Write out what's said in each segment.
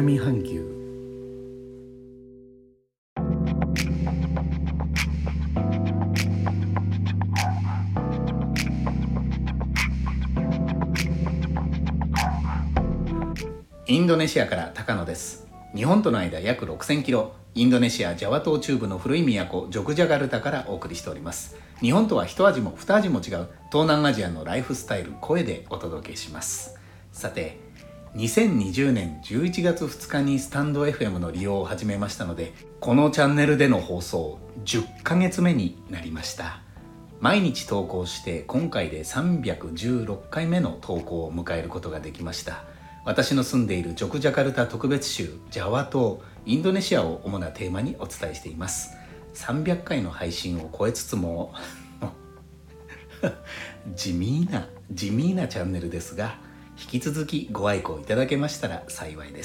南半球。インドネシアから高野です。日本との間約6000キロ、インドネシアジャワ島中部の古い都ジョクジャカルタからお送りしております。日本とは一味も二味も違う東南アジアのライフスタイル、声でお届けします。さて、2020年11月2日にスタンド FM の利用を始めましたので、このチャンネルでの放送10ヶ月目になりました。毎日投稿して今回で316回目の投稿を迎えることができました。私の住んでいるジョクジャカルタ特別州ジャワ島、インドネシアを主なテーマにお伝えしています。300回の配信を超えつつも地味なチャンネルですが、引き続きご愛顧いただけましたら幸いです。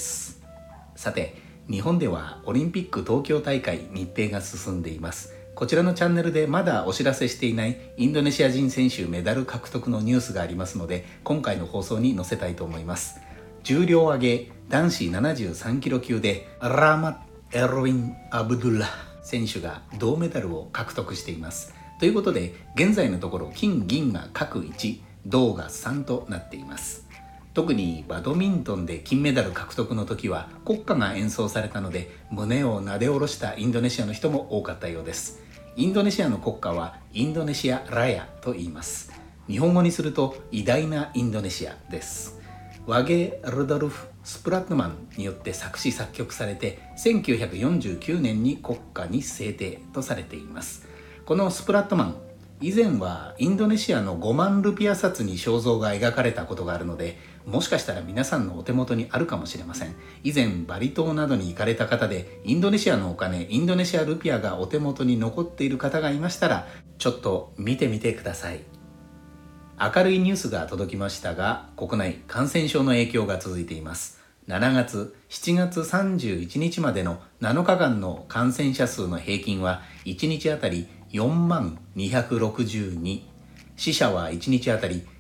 さて、日本ではオリンピック東京大会日程が進んでいます。こちらのチャンネルでまだお知らせしていないインドネシア人選手メダル獲得のニュースがありますので、今回の放送に載せたいと思います。重量挙げ男子73キロ級でラーマット・エルウィン・アブドゥッラ選手が銅メダルを獲得しています。ということで、現在のところ金銀が各1、銅が3となっています。特にバドミントンで金メダル獲得の時は国歌が演奏されたので、胸をなで下ろしたインドネシアの人も多かったようです。インドネシアの国歌はインドネシア・ラヤと言います。日本語にすると偉大なインドネシアです。ワゲ・ルドルフ・スプラットマンによって作詞作曲されて、1949年に国歌に制定とされています。このスプラットマン、以前はインドネシアの5万ルピア札に肖像が描かれたことがあるので、もしかしたら皆さんのお手元にあるかもしれません。以前バリ島などに行かれた方で、インドネシアのお金、インドネシアルピアがお手元に残っている方がいましたら、ちょっと見てみてください。明るいニュースが届きましたが、国内感染症の影響が続いています。7月、7月31日までの7日間の感染者数の平均は1日あたり4万262、死者は1日あたり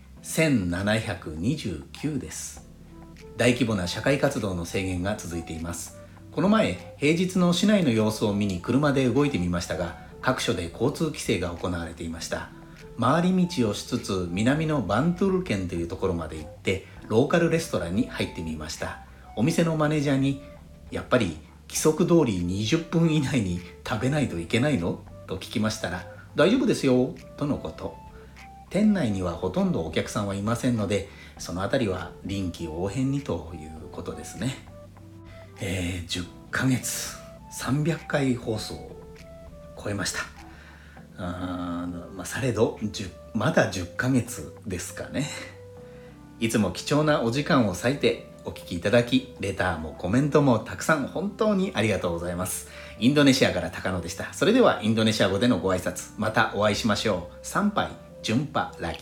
1729です。大規模な社会活動の制限が続いています。この前、平日の市内の様子を見に車で動いてみましたが、各所で交通規制が行われていました。回り道をしつつ南のバントゥール県というところまで行って、ローカルレストランに入ってみました。お店のマネージャーに、やっぱり規則通り20分以内に食べないといけないのと聞きましたら、大丈夫ですよとのこと。店内にはほとんどお客さんはいませんので、そのあたりは臨機応変にということですね。10ヶ月300回放送を超えました。されどまだ10ヶ月ですかね。いつも貴重なお時間を割いてお聞きいただき、レターもコメントもたくさん本当にありがとうございます。インドネシアから高野でした。それではインドネシア語でのご挨拶、またお会いしましょう。参拝、ジュンパラギ。